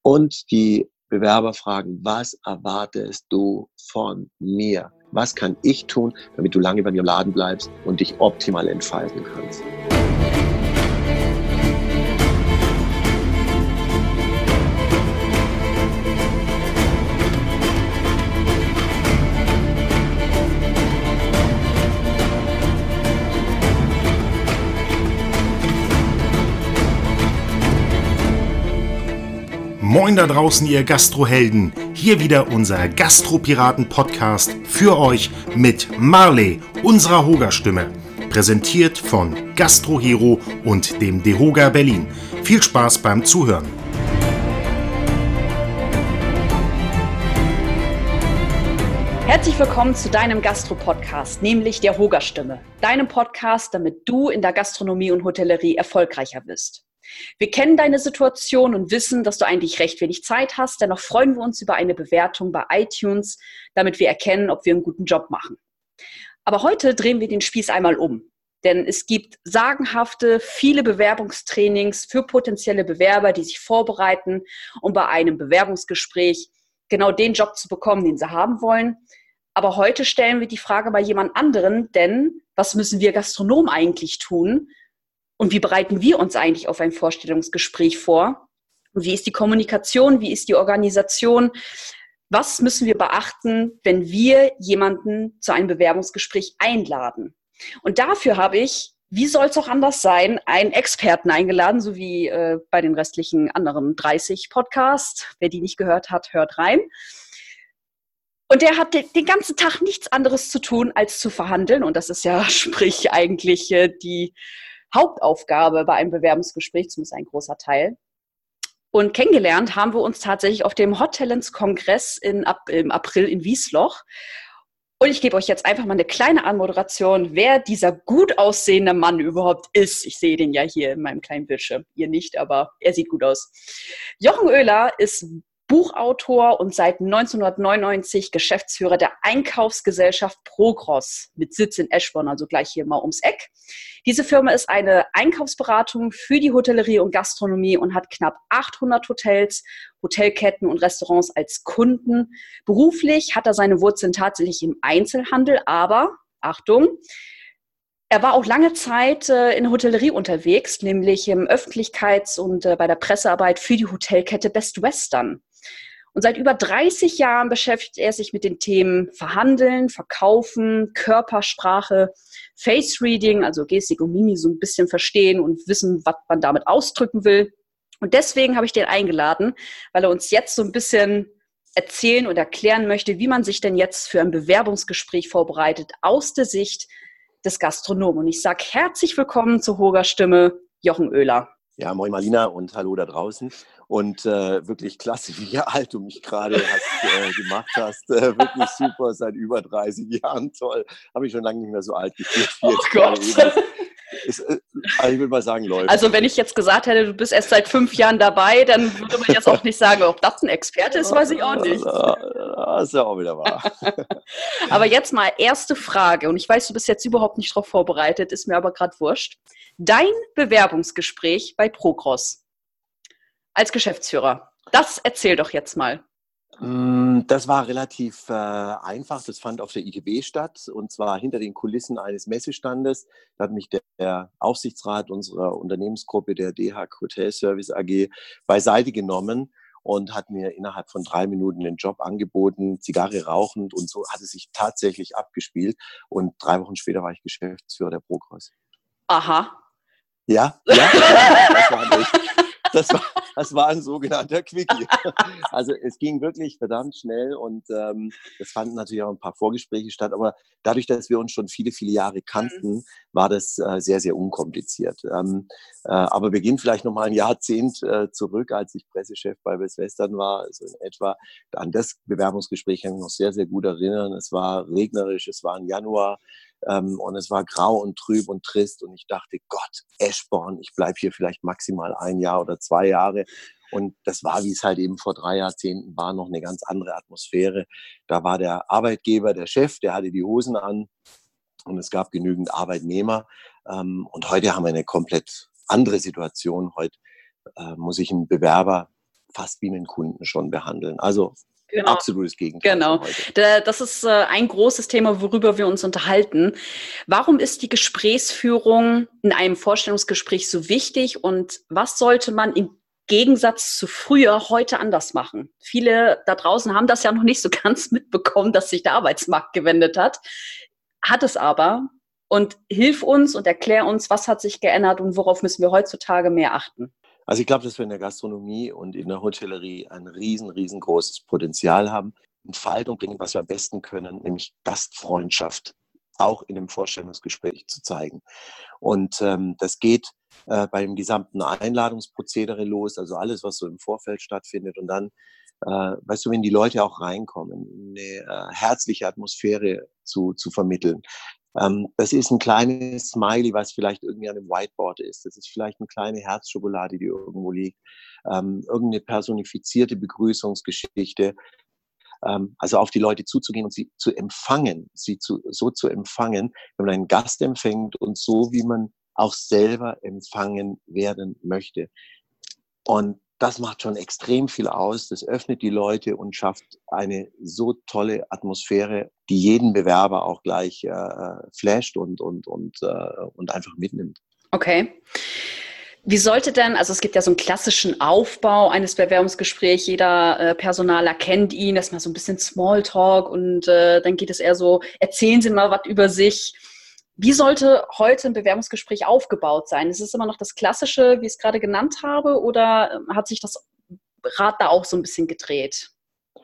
Und die Bewerber fragen, was erwartest du von mir? Was kann ich tun, damit du lange bei mir im Laden bleibst und dich optimal entfalten kannst? Moin da draußen, ihr Gastrohelden. Hier wieder unser Gastropiraten-Podcast für euch mit Marley, unserer Hoga-Stimme. Präsentiert von Gastrohero und dem DEHOGA Berlin. Viel Spaß beim Zuhören. Herzlich willkommen zu deinem Gastro-Podcast, nämlich der Hoga-Stimme. Deinem Podcast, damit du in der Gastronomie und Hotellerie erfolgreicher wirst. Wir kennen deine Situation und wissen, dass du eigentlich recht wenig Zeit hast. Dennoch freuen wir uns über eine Bewertung bei iTunes, damit wir erkennen, ob wir einen guten Job machen. Aber heute drehen wir den Spieß einmal um. Denn es gibt sagenhafte, viele Bewerbungstrainings für potenzielle Bewerber, die sich vorbereiten, um bei einem Bewerbungsgespräch genau den Job zu bekommen, den sie haben wollen. Aber heute stellen wir die Frage bei jemand anderen, denn was müssen wir Gastronomen eigentlich tun? Und wie bereiten wir uns eigentlich auf ein Vorstellungsgespräch vor? Und wie ist die Kommunikation? Wie ist die Organisation? Was müssen wir beachten, wenn wir jemanden zu einem Bewerbungsgespräch einladen? Und dafür habe ich, wie soll es auch anders sein, einen Experten eingeladen, so wie bei den restlichen anderen 30 Podcasts. Wer die nicht gehört hat, hört rein. Und der hat den ganzen Tag nichts anderes zu tun, als zu verhandeln. Und das ist ja, sprich, eigentlich die Hauptaufgabe bei einem Bewerbungsgespräch, zumindest ein großer Teil. Und kennengelernt haben wir uns tatsächlich auf dem Hot Talents Kongress im April in Wiesloch. Und ich gebe euch jetzt einfach mal eine kleine Anmoderation, wer dieser gut aussehende Mann überhaupt ist. Ich sehe den ja hier in meinem kleinen Bildschirm. Ihr nicht, aber er sieht gut aus. Jochen Oehler ist Buchautor und seit 1999 Geschäftsführer der Einkaufsgesellschaft Progros mit Sitz in Eschborn, also gleich hier mal ums Eck. Diese Firma ist eine Einkaufsberatung für die Hotellerie und Gastronomie und hat knapp 800 Hotels, Hotelketten und Restaurants als Kunden. Beruflich hat er seine Wurzeln tatsächlich im Einzelhandel, aber, Achtung, er war auch lange Zeit in der Hotellerie unterwegs, nämlich im Öffentlichkeits- und bei der Pressearbeit für die Hotelkette Best Western. Und seit über 30 Jahren beschäftigt er sich mit den Themen Verhandeln, Verkaufen, Körpersprache, Face Reading, also Gestik und Mimik so ein bisschen verstehen und wissen, was man damit ausdrücken will. Und deswegen habe ich den eingeladen, weil er uns jetzt so ein bisschen erzählen und erklären möchte, wie man sich denn jetzt für ein Bewerbungsgespräch vorbereitet aus der Sicht des Gastronomen. Und ich sage herzlich willkommen zur Hoga-Stimme, Jochen Oehler. Ja, moin Marlina und hallo da draußen. Und wirklich klasse, wie alt du mich gerade gemacht hast. Wirklich super, seit über 30 Jahren toll. Habe ich schon lange nicht mehr so alt gefühlt. Oh Gott. Also ich würde mal sagen, läuft. Also wenn ich jetzt gesagt hätte, du bist erst seit 5 Jahren dabei, dann würde man jetzt auch nicht sagen, ob das ein Experte ist, weiß ich auch nicht. Das ist ja auch wieder wahr. Aber jetzt mal erste Frage. Und ich weiß, du bist jetzt überhaupt nicht darauf vorbereitet, ist mir aber gerade wurscht. Dein Bewerbungsgespräch bei Progros als Geschäftsführer, das erzähl doch jetzt mal. Das war relativ einfach. Das fand auf der ITB statt und zwar hinter den Kulissen eines Messestandes. Da hat mich der Aufsichtsrat unserer Unternehmensgruppe, der DEHAG Hotel Service AG, beiseite genommen und hat mir innerhalb von 3 Minuten den Job angeboten, Zigarre rauchend, und so hat es sich tatsächlich abgespielt. Und 3 Wochen später war ich Geschäftsführer der Progros. Aha. Ja, das war ein sogenannter Quickie. Also es ging wirklich verdammt schnell und es fanden natürlich auch ein paar Vorgespräche statt, aber dadurch, dass wir uns schon viele, viele Jahre kannten, war das sehr, sehr unkompliziert. Aber wir gehen vielleicht noch mal ein Jahrzehnt zurück, als ich Pressechef bei Best Western war, also in etwa. An das Bewerbungsgespräch kann ich mich noch sehr, sehr gut erinnern. Es war regnerisch, es war im Januar. Und es war grau und trüb und trist und ich dachte, Gott, Eschborn, ich bleibe hier vielleicht maximal 1 Jahr oder 2 Jahre. Und das war, wie es halt eben vor 3 Jahrzehnten war, noch eine ganz andere Atmosphäre. Da war der Arbeitgeber, der Chef, der hatte die Hosen an und es gab genügend Arbeitnehmer. Und heute haben wir eine komplett andere Situation. Heute muss ich einen Bewerber fast wie einen Kunden schon behandeln. Also Genau. absolutes Gegenteil. Genau. Das ist ein großes Thema, worüber wir uns unterhalten. Warum ist die Gesprächsführung in einem Vorstellungsgespräch so wichtig und was sollte man im Gegensatz zu früher heute anders machen? Viele da draußen haben das ja noch nicht so ganz mitbekommen, dass sich der Arbeitsmarkt gewendet hat. Hat es aber. Und hilf uns und erklär uns, was hat sich geändert und worauf müssen wir heutzutage mehr achten? Also ich glaube, dass wir in der Gastronomie und in der Hotellerie ein riesengroßes Potenzial haben, Entfaltung bringen, was wir am besten können, nämlich Gastfreundschaft auch in einem Vorstellungsgespräch zu zeigen. Und das geht beim gesamten Einladungsprozedere los, also alles, was so im Vorfeld stattfindet. Und dann, weißt du, wenn die Leute auch reinkommen, eine herzliche Atmosphäre zu vermitteln. Das ist ein kleines Smiley, was vielleicht irgendwie an einem Whiteboard ist. Das ist vielleicht eine kleine Herzschokolade, die irgendwo liegt. Irgendeine personifizierte Begrüßungsgeschichte. Also auf die Leute zuzugehen und sie zu empfangen, so zu empfangen, wenn man einen Gast empfängt und so, wie man auch selber empfangen werden möchte. Und das macht schon extrem viel aus. Das öffnet die Leute und schafft eine so tolle Atmosphäre, die jeden Bewerber auch gleich flasht und einfach mitnimmt. Okay. Wie sollte denn, also es gibt ja so einen klassischen Aufbau eines Bewerbungsgesprächs, jeder Personaler kennt ihn, das ist mal so ein bisschen Smalltalk und dann geht es eher so, erzählen Sie mal was über sich. Wie sollte heute ein Bewerbungsgespräch aufgebaut sein? Ist es immer noch das Klassische, wie ich es gerade genannt habe, oder hat sich das Rad da auch so ein bisschen gedreht?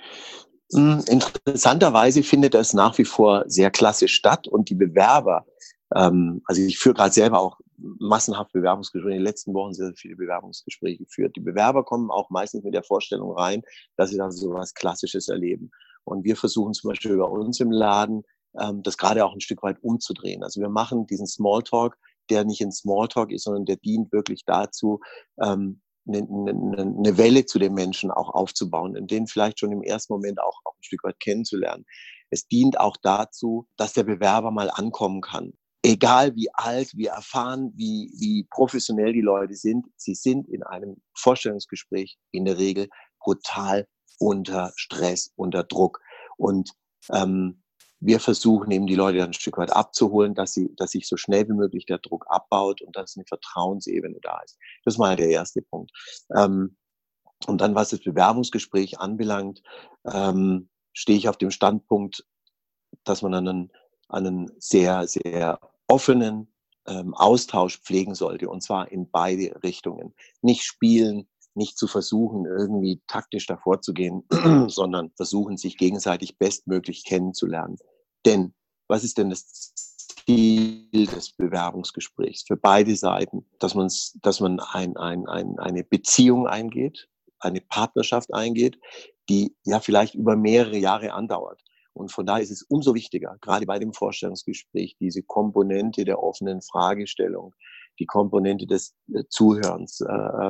Interessanterweise findet das nach wie vor sehr klassisch statt und die Bewerber, also ich führe gerade selber auch massenhaft Bewerbungsgespräche, in den letzten Wochen sehr viele Bewerbungsgespräche geführt. Die Bewerber kommen auch meistens mit der Vorstellung rein, dass sie da so was Klassisches erleben. Und wir versuchen zum Beispiel bei uns im Laden, das gerade auch ein Stück weit umzudrehen. Also wir machen diesen Smalltalk, der nicht ein Smalltalk ist, sondern der dient wirklich dazu, eine Welle zu den Menschen auch aufzubauen und den vielleicht schon im ersten Moment auch ein Stück weit kennenzulernen. Es dient auch dazu, dass der Bewerber mal ankommen kann. Egal wie alt, wie erfahren, wie professionell die Leute sind, sie sind in einem Vorstellungsgespräch in der Regel brutal unter Stress, unter Druck. Und wir versuchen eben die Leute dann ein Stück weit abzuholen, dass sich so schnell wie möglich der Druck abbaut und dass eine Vertrauensebene da ist. Das ist mal der erste Punkt. Und dann, was das Bewerbungsgespräch anbelangt, stehe ich auf dem Standpunkt, dass man einen sehr, sehr offenen Austausch pflegen sollte, und zwar in beide Richtungen. Nicht spielen, nicht zu versuchen, irgendwie taktisch davor zu gehen, sondern versuchen, sich gegenseitig bestmöglich kennenzulernen. Denn was ist denn das Ziel des Bewerbungsgesprächs für beide Seiten? Dass man eine Beziehung eingeht, eine Partnerschaft eingeht, die ja vielleicht über mehrere Jahre andauert. Und von daher ist es umso wichtiger, gerade bei dem Vorstellungsgespräch, diese Komponente der offenen Fragestellung, die Komponente des Zuhörens,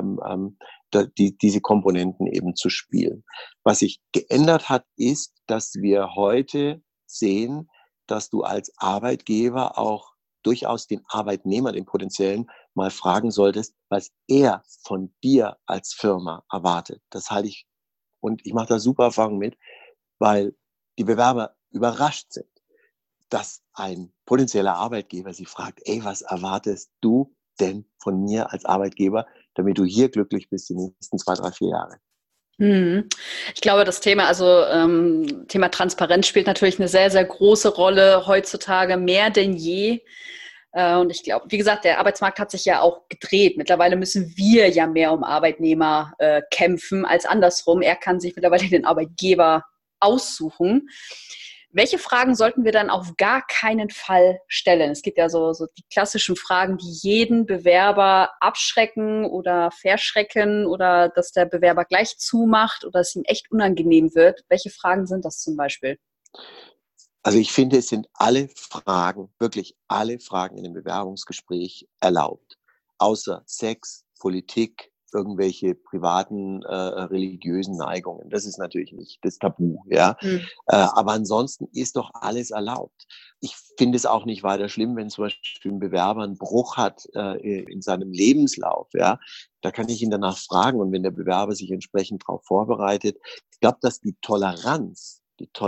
diese Komponenten eben zu spielen. Was sich geändert hat, ist, dass wir heute sehen, dass du als Arbeitgeber auch durchaus den Arbeitnehmer, den potenziellen, mal fragen solltest, was er von dir als Firma erwartet. Das halte ich, und ich mache da super Erfahrungen mit, weil die Bewerber überrascht sind, dass ein potenzieller Arbeitgeber sie fragt, ey, was erwartest du denn von mir als Arbeitgeber, damit du hier glücklich bist die nächsten 2, 3, 4 Jahre? Ich glaube, das Thema, Thema Transparenz spielt natürlich eine sehr, sehr große Rolle heutzutage, mehr denn je. Und ich glaube, wie gesagt, der Arbeitsmarkt hat sich ja auch gedreht. Mittlerweile müssen wir ja mehr um Arbeitnehmer kämpfen als andersrum. Er kann sich mittlerweile den Arbeitgeber aussuchen. Welche Fragen sollten wir dann auf gar keinen Fall stellen? Es gibt ja so die klassischen Fragen, die jeden Bewerber abschrecken oder verschrecken oder dass der Bewerber gleich zumacht oder es ihm echt unangenehm wird. Welche Fragen sind das zum Beispiel? Also ich finde, es sind alle Fragen, wirklich alle Fragen in dem Bewerbungsgespräch erlaubt. Außer Sex, Politik, irgendwelche privaten religiösen Neigungen. Das ist natürlich nicht das Tabu, ja. Aber ansonsten ist doch alles erlaubt. Ich finde es auch nicht weiter schlimm, wenn zum Beispiel ein Bewerber einen Bruch hat in seinem Lebenslauf, ja. Da kann ich ihn danach fragen, und wenn der Bewerber sich entsprechend darauf vorbereitet, ich glaube, dass die Toleranz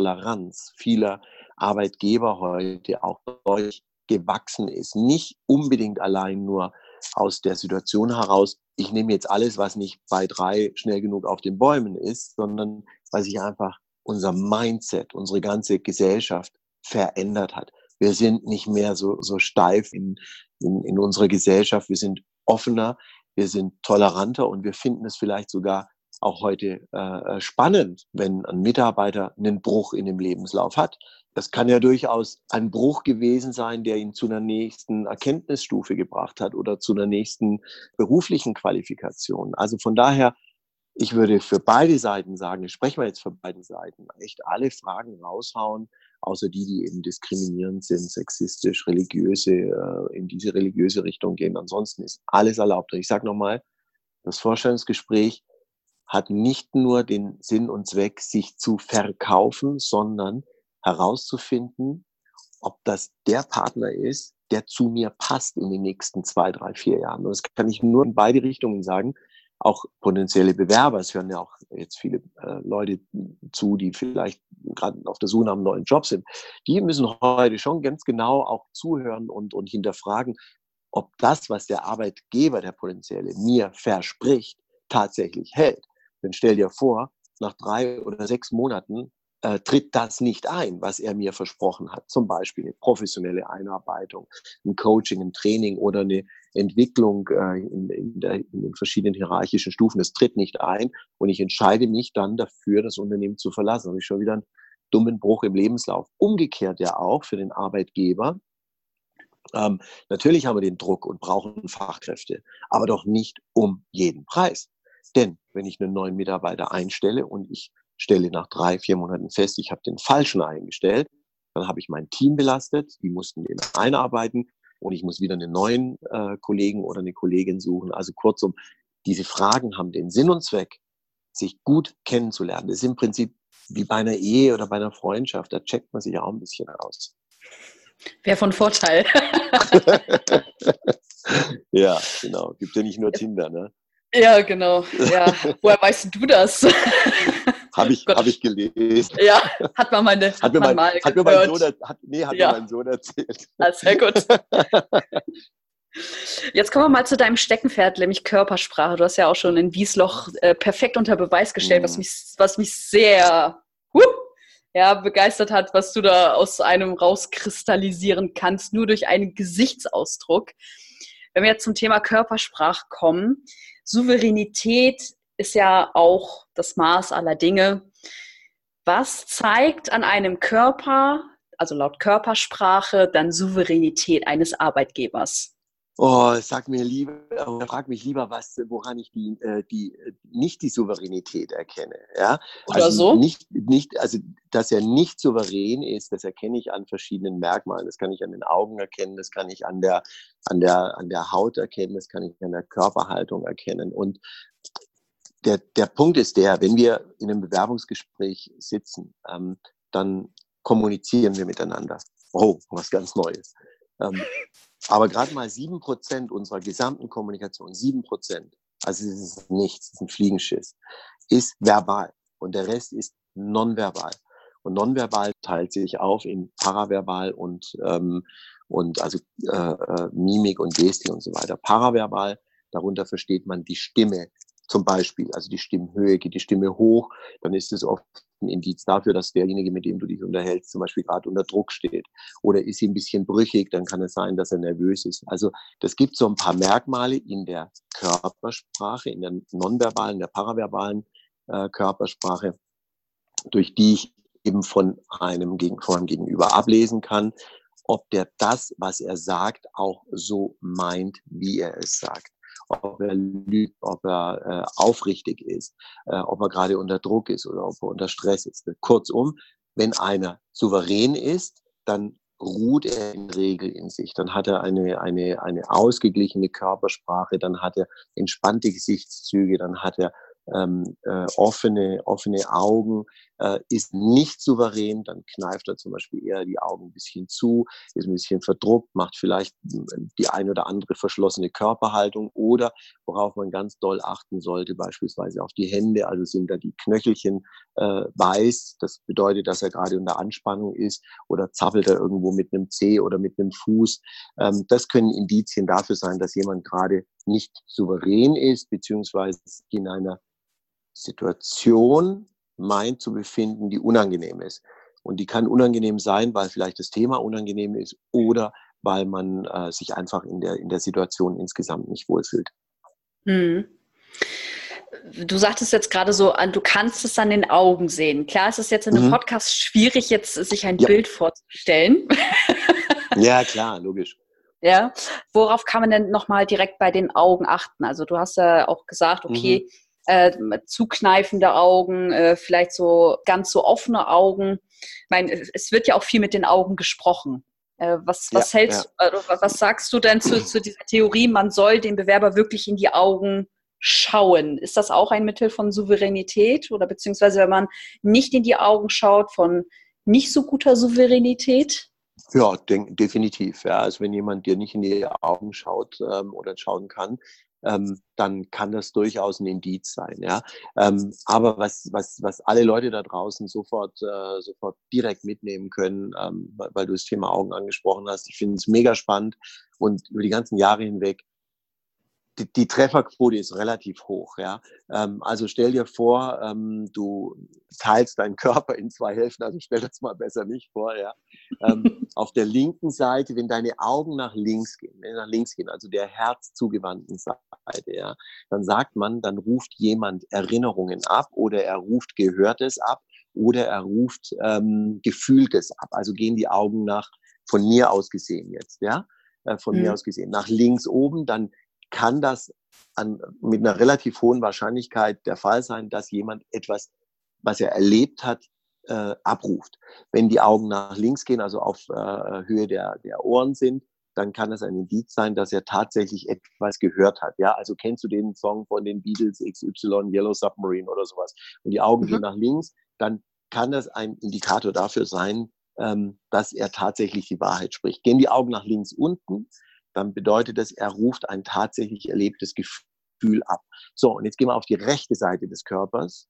vieler Arbeitgeber heute auch deutlich gewachsen ist. Nicht unbedingt allein nur aus der Situation heraus, ich nehme jetzt alles, was nicht bei 3 schnell genug auf den Bäumen ist, sondern weil sich einfach unser Mindset, unsere ganze Gesellschaft verändert hat. Wir sind nicht mehr so steif in unserer Gesellschaft. Wir sind offener, wir sind toleranter, und wir finden es vielleicht sogar auch heute spannend, wenn ein Mitarbeiter einen Bruch in dem Lebenslauf hat. Das kann ja durchaus ein Bruch gewesen sein, der ihn zu einer nächsten Erkenntnisstufe gebracht hat oder zu einer nächsten beruflichen Qualifikation. Also von daher, ich würde für beide Seiten sagen, sprechen wir jetzt für beide Seiten, echt alle Fragen raushauen, außer die eben diskriminierend sind, sexistisch, religiöse, in diese religiöse Richtung gehen. Ansonsten ist alles erlaubt. Und ich sage nochmal, das Vorstellungsgespräch hat nicht nur den Sinn und Zweck, sich zu verkaufen, sondern herauszufinden, ob das der Partner ist, der zu mir passt in den nächsten 2, 3, 4 Jahren. Und das kann ich nur in beide Richtungen sagen. Auch potenzielle Bewerber, es hören ja auch jetzt viele Leute zu, die vielleicht gerade auf der Suche nach einem neuen Job sind. Die müssen heute schon ganz genau auch zuhören und hinterfragen, ob das, was der Arbeitgeber, der potenzielle, mir verspricht, tatsächlich hält. Denn stell dir vor, nach 3 oder 6 Monaten tritt das nicht ein, was er mir versprochen hat. Zum Beispiel eine professionelle Einarbeitung, ein Coaching, ein Training oder eine Entwicklung in den verschiedenen hierarchischen Stufen. Das tritt nicht ein, und ich entscheide mich dann dafür, das Unternehmen zu verlassen. Da habe ich schon wieder einen dummen Bruch im Lebenslauf. Umgekehrt ja auch für den Arbeitgeber. Natürlich haben wir den Druck und brauchen Fachkräfte, aber doch nicht um jeden Preis. Denn wenn ich einen neuen Mitarbeiter einstelle und ich stelle nach 3, 4 Monaten fest, ich habe den Falschen eingestellt, dann habe ich mein Team belastet, die mussten den einarbeiten, und ich muss wieder einen neuen Kollegen oder eine Kollegin suchen. Also kurzum, diese Fragen haben den Sinn und Zweck, sich gut kennenzulernen. Das ist im Prinzip wie bei einer Ehe oder bei einer Freundschaft, da checkt man sich ja auch ein bisschen aus. Wäre von Vorteil. Ja, genau. Gibt ja nicht nur Tinder, ne? Ja, genau. Ja. Woher weißt du das? Habe ich gelesen. Ja, hat mir mein Sohn erzählt. Ah, sehr gut. Jetzt kommen wir mal zu deinem Steckenpferd, nämlich Körpersprache. Du hast ja auch schon in Wiesloch perfekt unter Beweis gestellt, was mich sehr begeistert hat, was du da aus einem rauskristallisieren kannst, nur durch einen Gesichtsausdruck. Wenn wir jetzt zum Thema Körpersprache kommen, Souveränität ist ja auch das Maß aller Dinge. Was zeigt an einem Körper, also laut Körpersprache, dann Souveränität eines Arbeitgebers? Oh, frag mich lieber, woran ich nicht die Souveränität erkenne. Ja? Oder also so? Also, dass er nicht souverän ist, das erkenne ich an verschiedenen Merkmalen. Das kann ich an den Augen erkennen, das kann ich an der Haut erkennen, das kann ich an der Körperhaltung erkennen. Und der Punkt ist wenn wir in einem Bewerbungsgespräch sitzen, dann kommunizieren wir miteinander. Oh, was ganz Neues. Aber gerade mal 7% unserer gesamten Kommunikation, 7%, also es ist nichts, es ist ein Fliegenschiss, ist verbal, und der Rest ist nonverbal. Und nonverbal teilt sich auf in paraverbal und also Mimik und Gestik und so weiter. Paraverbal, darunter versteht man die Stimme. Zum Beispiel, also die Stimmhöhe, geht die Stimme hoch, dann ist es oft ein Indiz dafür, dass derjenige, mit dem du dich unterhältst, zum Beispiel gerade unter Druck steht. Oder ist sie ein bisschen brüchig, dann kann es sein, dass er nervös ist. Also das gibt so ein paar Merkmale in der Körpersprache, in der nonverbalen, der paraverbalen Körpersprache, durch die ich eben von einem Gegenüber ablesen kann, ob der das, was er sagt, auch so meint, wie er es sagt. Ob er lügt, ob er aufrichtig ist, ob er gerade unter Druck ist oder ob er unter Stress ist. Kurzum, wenn einer souverän ist, dann ruht er in der Regel in sich. Dann hat er eine ausgeglichene Körpersprache, dann hat er entspannte Gesichtszüge, dann hat er offene Augen, ist nicht souverän, dann kneift er zum Beispiel eher die Augen ein bisschen zu, ist ein bisschen verdruckt, macht vielleicht die ein oder andere verschlossene Körperhaltung oder, worauf man ganz doll achten sollte, beispielsweise auf die Hände, also sind da die Knöchelchen weiß, das bedeutet, dass er gerade unter Anspannung ist, oder zappelt er irgendwo mit einem Zeh oder mit einem Fuß. Das können Indizien dafür sein, dass jemand gerade nicht souverän ist, beziehungsweise in einer Situation meint zu befinden, die unangenehm ist. Und die kann unangenehm sein, weil vielleicht das Thema unangenehm ist oder weil man sich einfach in der Situation insgesamt nicht wohlfühlt. Hm. Du sagtest jetzt gerade so, du kannst es an den Augen sehen. Klar, es ist jetzt in einem Podcast schwierig, jetzt sich ein Bild vorzustellen. Ja, klar, logisch. Ja, worauf kann man denn nochmal direkt bei den Augen achten? Also du hast ja auch gesagt, okay, zukneifende Augen, vielleicht so ganz so offene Augen. Ich meine, es wird ja auch viel mit den Augen gesprochen. Was sagst du denn zu dieser Theorie, man soll dem Bewerber wirklich in die Augen schauen? Ist das auch ein Mittel von Souveränität oder beziehungsweise wenn man nicht in die Augen schaut, von nicht so guter Souveränität? Ja, definitiv. Ja. Also wenn jemand dir nicht in die Augen schaut oder schauen kann, dann kann das durchaus ein Indiz sein. Ja. Aber was alle Leute da draußen sofort direkt mitnehmen können, weil du das Thema Augen angesprochen hast, ich finde es mega spannend und über die ganzen Jahre hinweg, die Trefferquote ist relativ hoch. Ja? Also stell dir vor, du teilst deinen Körper in 2 Hälften, also stell das mal besser nicht vor. Ja? Auf der linken Seite, wenn deine Augen nach links gehen, also der herzzugewandten Seite, ja, dann sagt man, dann ruft jemand Erinnerungen ab oder er ruft Gehörtes ab oder er ruft Gefühltes ab. Also gehen die Augen von mir aus gesehen jetzt, ja, mir aus gesehen, nach links oben, dann kann das mit einer relativ hohen Wahrscheinlichkeit der Fall sein, dass jemand etwas, was er erlebt hat, abruft. Wenn die Augen nach links gehen, also auf Höhe der Ohren sind, dann kann das ein Indiz sein, dass er tatsächlich etwas gehört hat. Ja, also kennst du den Song von den Beatles XY, Yellow Submarine oder sowas, und die Augen gehen nach links, dann kann das ein Indikator dafür sein, dass er tatsächlich die Wahrheit spricht. Gehen die Augen nach links unten, dann bedeutet das, er ruft ein tatsächlich erlebtes Gefühl ab. So, und jetzt gehen wir auf die rechte Seite des Körpers,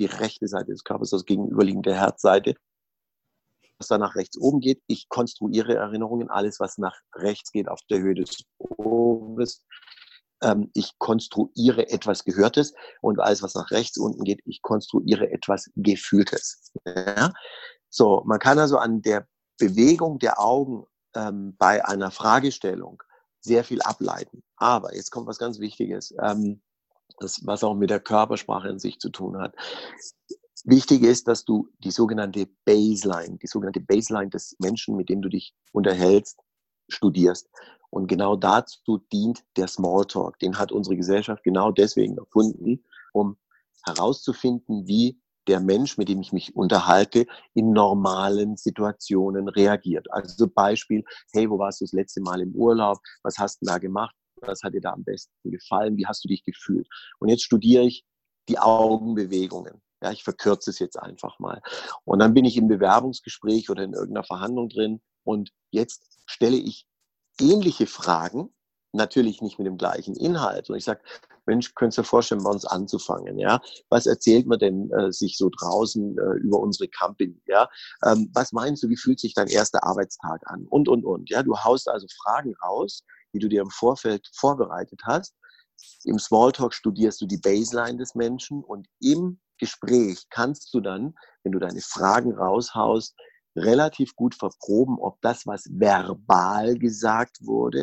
also gegenüberliegende Herzseite, was da nach rechts oben geht. Ich konstruiere Erinnerungen, alles, was nach rechts geht, auf der Höhe des Ohres. Ich konstruiere etwas Gehörtes, und alles, was nach rechts unten geht, ich konstruiere etwas Gefühltes. Ja? So, man kann also an der Bewegung der Augen bei einer Fragestellung sehr viel ableiten. Aber jetzt kommt was ganz Wichtiges, was auch mit der Körpersprache in sich zu tun hat. Wichtig ist, dass du die sogenannte Baseline des Menschen, mit dem du dich unterhältst, studierst. Und genau dazu dient der Smalltalk. Den hat unsere Gesellschaft genau deswegen erfunden, um herauszufinden, wie der Mensch, mit dem ich mich unterhalte, in normalen Situationen reagiert. Also Beispiel, hey, wo warst du das letzte Mal im Urlaub? Was hast du da gemacht? Was hat dir da am besten gefallen? Wie hast du dich gefühlt? Und jetzt studiere ich die Augenbewegungen. Ja, ich verkürze es jetzt einfach mal. Und dann bin ich im Bewerbungsgespräch oder in irgendeiner Verhandlung drin und jetzt stelle ich ähnliche Fragen, natürlich nicht mit dem gleichen Inhalt. Und ich sage, Mensch, könntest du dir vorstellen, bei uns anzufangen? Ja? Was erzählt man denn sich so draußen über unsere Company? Ja? Was meinst du, wie fühlt sich dein erster Arbeitstag an? Und. Ja? Du haust also Fragen raus, die du dir im Vorfeld vorbereitet hast. Im Smalltalk studierst du die Baseline des Menschen und im Gespräch kannst du dann, wenn du deine Fragen raushaust, relativ gut verproben, ob das, was verbal gesagt wurde,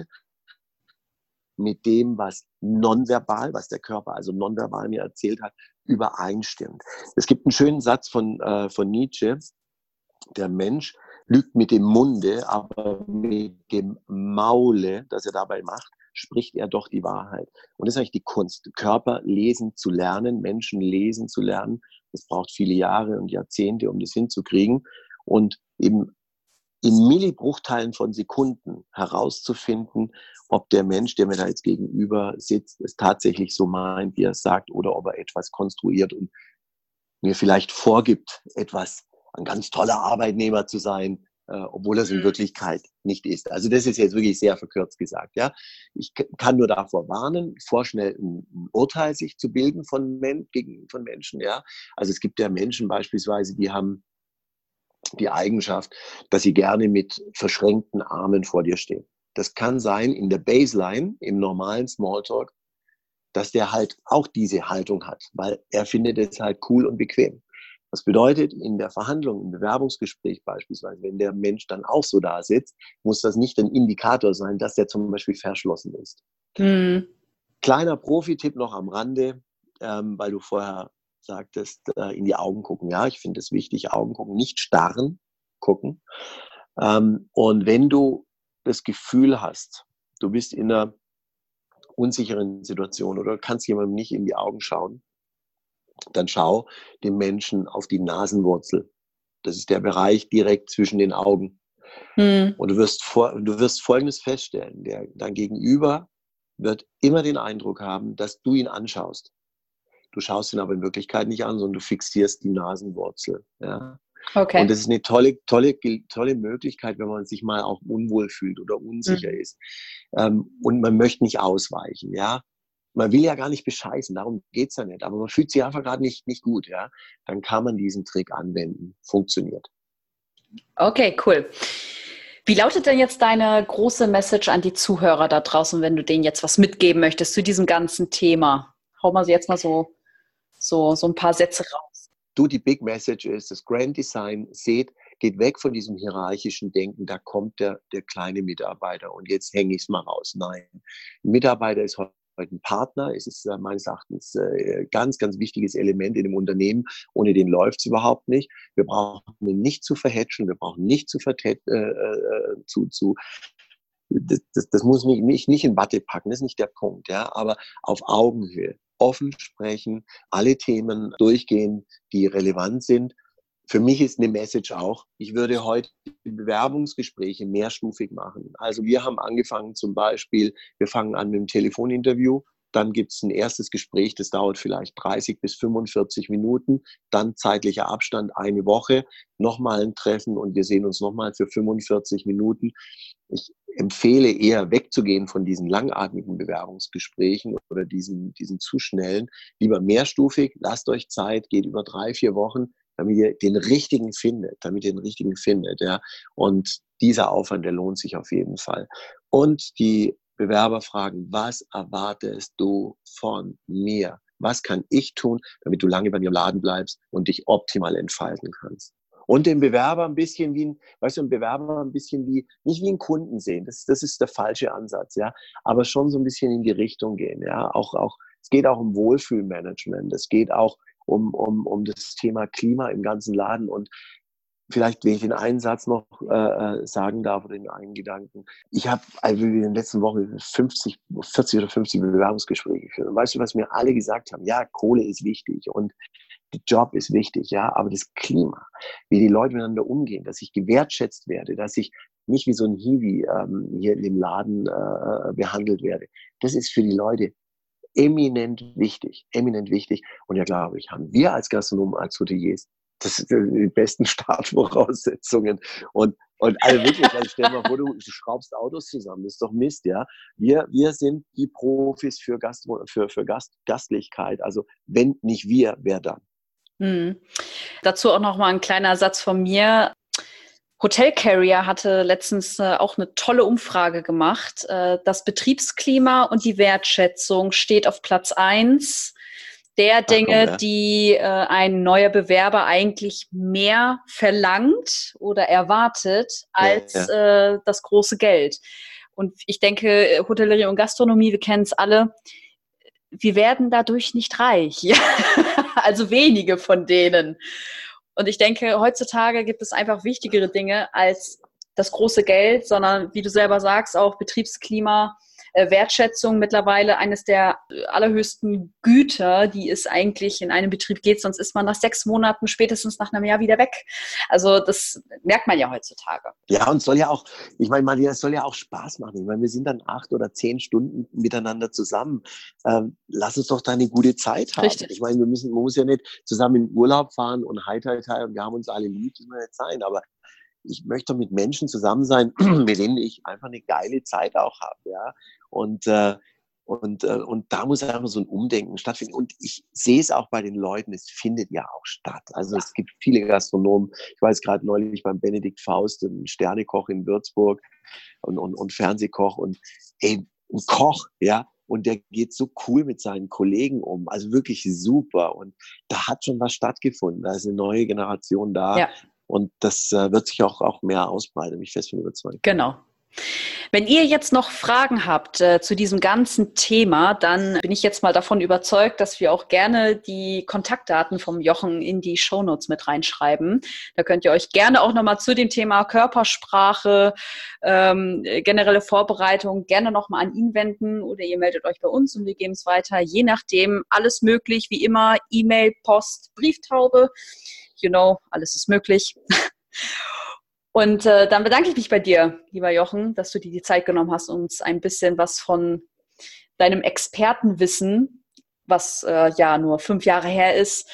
mit dem, was der Körper also nonverbal mir erzählt hat, übereinstimmt. Es gibt einen schönen Satz von Nietzsche: Der Mensch lügt mit dem Munde, aber mit dem Maule, das er dabei macht, spricht er doch die Wahrheit. Und das ist eigentlich die Kunst, Körper lesen zu lernen, Menschen lesen zu lernen. Das braucht viele Jahre und Jahrzehnte, um das hinzukriegen. Und eben in Millibruchteilen von Sekunden herauszufinden, ob der Mensch, der mir da jetzt gegenüber sitzt, es tatsächlich so meint, wie er es sagt, oder ob er etwas konstruiert und mir vielleicht vorgibt, ein ganz toller Arbeitnehmer zu sein, obwohl er es in Wirklichkeit nicht ist. Also das ist jetzt wirklich sehr verkürzt gesagt. Ja, ich kann nur davor warnen, vorschnell ein Urteil sich zu bilden von Menschen. Ja, also es gibt ja Menschen beispielsweise, die haben die Eigenschaft, dass sie gerne mit verschränkten Armen vor dir stehen. Das kann sein in der Baseline, im normalen Smalltalk, dass der halt auch diese Haltung hat, weil er findet es halt cool und bequem. Das bedeutet, in der Verhandlung, im Bewerbungsgespräch beispielsweise, wenn der Mensch dann auch so da sitzt, muss das nicht ein Indikator sein, dass der zum Beispiel verschlossen ist. Kleiner Profi-Tipp noch am Rande, weil du vorher sagtest, in die Augen gucken. Ja, ich finde es wichtig, Augen gucken, nicht starren gucken. Und wenn du das Gefühl hast, du bist in einer unsicheren Situation oder kannst jemandem nicht in die Augen schauen, dann schau dem Menschen auf die Nasenwurzel. Das ist der Bereich direkt zwischen den Augen. Und du wirst Folgendes feststellen. Dein Gegenüber wird immer den Eindruck haben, dass du ihn anschaust. Du schaust ihn aber in Wirklichkeit nicht an, sondern du fixierst die Nasenwurzel. Ja? Okay. Und das ist eine tolle Möglichkeit, wenn man sich mal auch unwohl fühlt oder unsicher ist. Und man möchte nicht ausweichen. Ja? Man will ja gar nicht bescheißen, darum geht's ja nicht. Aber man fühlt sich einfach gerade nicht gut. Ja? Dann kann man diesen Trick anwenden. Funktioniert. Okay, cool. Wie lautet denn jetzt deine große Message an die Zuhörer da draußen, wenn du denen jetzt was mitgeben möchtest zu diesem ganzen Thema? Hau mal jetzt mal so ein paar Sätze raus. Die Big Message ist, das Grand Design, geht weg von diesem hierarchischen Denken, da kommt der kleine Mitarbeiter und jetzt hänge ich es mal raus. Nein, ein Mitarbeiter ist heute ein Partner. Es ist meines Erachtens ganz, ganz wichtiges Element in dem Unternehmen. Ohne den läuft es überhaupt nicht. Wir brauchen ihn nicht zu verhätscheln, wir brauchen nicht das muss mich nicht in Watte packen, das ist nicht der Punkt, ja, aber auf Augenhöhe, offen sprechen, alle Themen durchgehen, die relevant sind. Für mich ist eine Message auch, ich würde heute Bewerbungsgespräche mehrstufig machen. Also wir haben angefangen zum Beispiel, wir fangen an mit einem Telefoninterview, dann gibt es ein erstes Gespräch, das dauert vielleicht 30 bis 45 Minuten, dann zeitlicher Abstand eine Woche, nochmal ein Treffen und wir sehen uns nochmal für 45 Minuten. Ich empfehle eher wegzugehen von diesen langatmigen Bewerbungsgesprächen oder diesen zu schnellen. Lieber mehrstufig, lasst euch Zeit, geht über 3-4 Wochen, damit ihr den richtigen findet, ja. Und dieser Aufwand, der lohnt sich auf jeden Fall. Und die Bewerber fragen, was erwartest du von mir? Was kann ich tun, damit du lange bei mir im Laden bleibst und dich optimal entfalten kannst? Und den Bewerber ein bisschen wie nicht wie einen Kunden sehen. Das ist der falsche Ansatz, ja. Aber schon so ein bisschen in die Richtung gehen, ja. Es geht auch um Wohlfühlmanagement. Es geht auch um das Thema Klima im ganzen Laden. Und vielleicht, wenn ich den einen Satz noch sagen darf oder den einen Gedanken. Ich habe in den letzten Wochen 40 oder 50 Bewerbungsgespräche geführt. Und weißt du, was mir alle gesagt haben? Ja, Kohle ist wichtig und der Job ist wichtig, ja, aber das Klima, wie die Leute miteinander umgehen, dass ich gewertschätzt werde, dass ich nicht wie so ein Hiwi hier in dem Laden behandelt werde, das ist für die Leute eminent wichtig. Und ja, glaube ich, haben wir als Gastronomen, als Hoteliers, das sind die besten Startvoraussetzungen. Und also wirklich, also stell dir mal vor, du schraubst Autos zusammen, das ist doch Mist, ja. Wir sind die Profis für Gastlichkeit. Also wenn nicht wir, wer dann? Dazu auch noch mal ein kleiner Satz von mir. Hotel Carrier hatte letztens auch eine tolle Umfrage gemacht. Das Betriebsklima und die Wertschätzung steht auf Platz 1 der Dinge, die ein neuer Bewerber eigentlich mehr verlangt oder erwartet als das große Geld. Und ich denke, Hotellerie und Gastronomie, wir kennen es alle, wir werden dadurch nicht reich. Also wenige von denen. Und ich denke, heutzutage gibt es einfach wichtigere Dinge als das große Geld, sondern, wie du selber sagst, auch Betriebsklima, Wertschätzung mittlerweile eines der allerhöchsten Güter, die es eigentlich in einem Betrieb geht, sonst ist man nach 6 Monaten, spätestens nach einem Jahr wieder weg. Also das merkt man ja heutzutage. Ja, und soll ja auch, ich meine, Maria, es soll ja auch Spaß machen. Ich meine, wir sind dann 8 oder 10 Stunden miteinander zusammen. Lass uns doch da eine gute Zeit haben. Richtig. Ich meine, man muss ja nicht zusammen in Urlaub fahren und hi, und wir haben uns alle lieb, das muss nicht sein. Aber ich möchte mit Menschen zusammen sein, mit denen ich einfach eine geile Zeit auch habe, ja. Und da muss einfach so ein Umdenken stattfinden. Und ich sehe es auch bei den Leuten, es findet ja auch statt. Also es gibt viele Gastronomen. Ich war jetzt gerade neulich beim Benedikt Faust, ein Sternekoch in Würzburg und Fernsehkoch und ein Koch, ja. Und der geht so cool mit seinen Kollegen um. Also wirklich super. Und da hat schon was stattgefunden. Da ist eine neue Generation da. Ja. Und das wird sich auch mehr ausbreiten, bin ich fest von überzeugt. Genau. Wenn ihr jetzt noch Fragen habt zu diesem ganzen Thema, dann bin ich jetzt mal davon überzeugt, dass wir auch gerne die Kontaktdaten vom Jochen in die Shownotes mit reinschreiben. Da könnt ihr euch gerne auch nochmal zu dem Thema Körpersprache, generelle Vorbereitung gerne nochmal an ihn wenden oder ihr meldet euch bei uns und wir geben es weiter. Je nachdem, alles möglich, wie immer, E-Mail, Post, Brieftaube, alles ist möglich. Und dann bedanke ich mich bei dir, lieber Jochen, dass du dir die Zeit genommen hast, uns ein bisschen was von deinem Expertenwissen, was ja nur 5 Jahre her ist.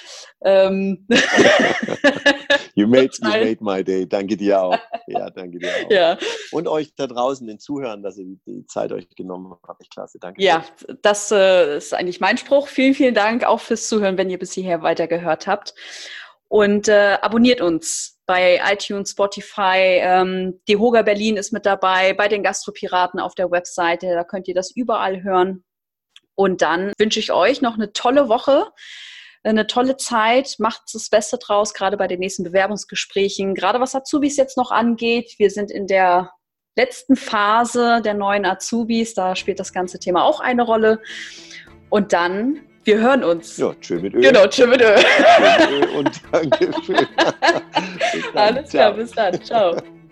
You made my day. Danke dir auch. Ja, danke dir auch. Ja. Und euch da draußen, den Zuhörern, dass ihr die Zeit euch genommen habt. Echt klasse. Danke. Ja, das ist eigentlich mein Spruch. Vielen, vielen Dank auch fürs Zuhören, wenn ihr bis hierher weitergehört habt. Und abonniert uns bei iTunes, Spotify, die Hoga Berlin ist mit dabei, bei den Gastropiraten auf der Webseite, da könnt ihr das überall hören. Und dann wünsche ich euch noch eine tolle Woche, eine tolle Zeit, macht das Beste draus, gerade bei den nächsten Bewerbungsgesprächen, gerade was Azubis jetzt noch angeht. Wir sind in der letzten Phase der neuen Azubis, da spielt das ganze Thema auch eine Rolle. Und dann... Wir hören uns. Ja, tschö mit Öl. Genau, tschö mit Öl. Tschö mit Öl und danke schön. Alles klar, bis dann. Ciao.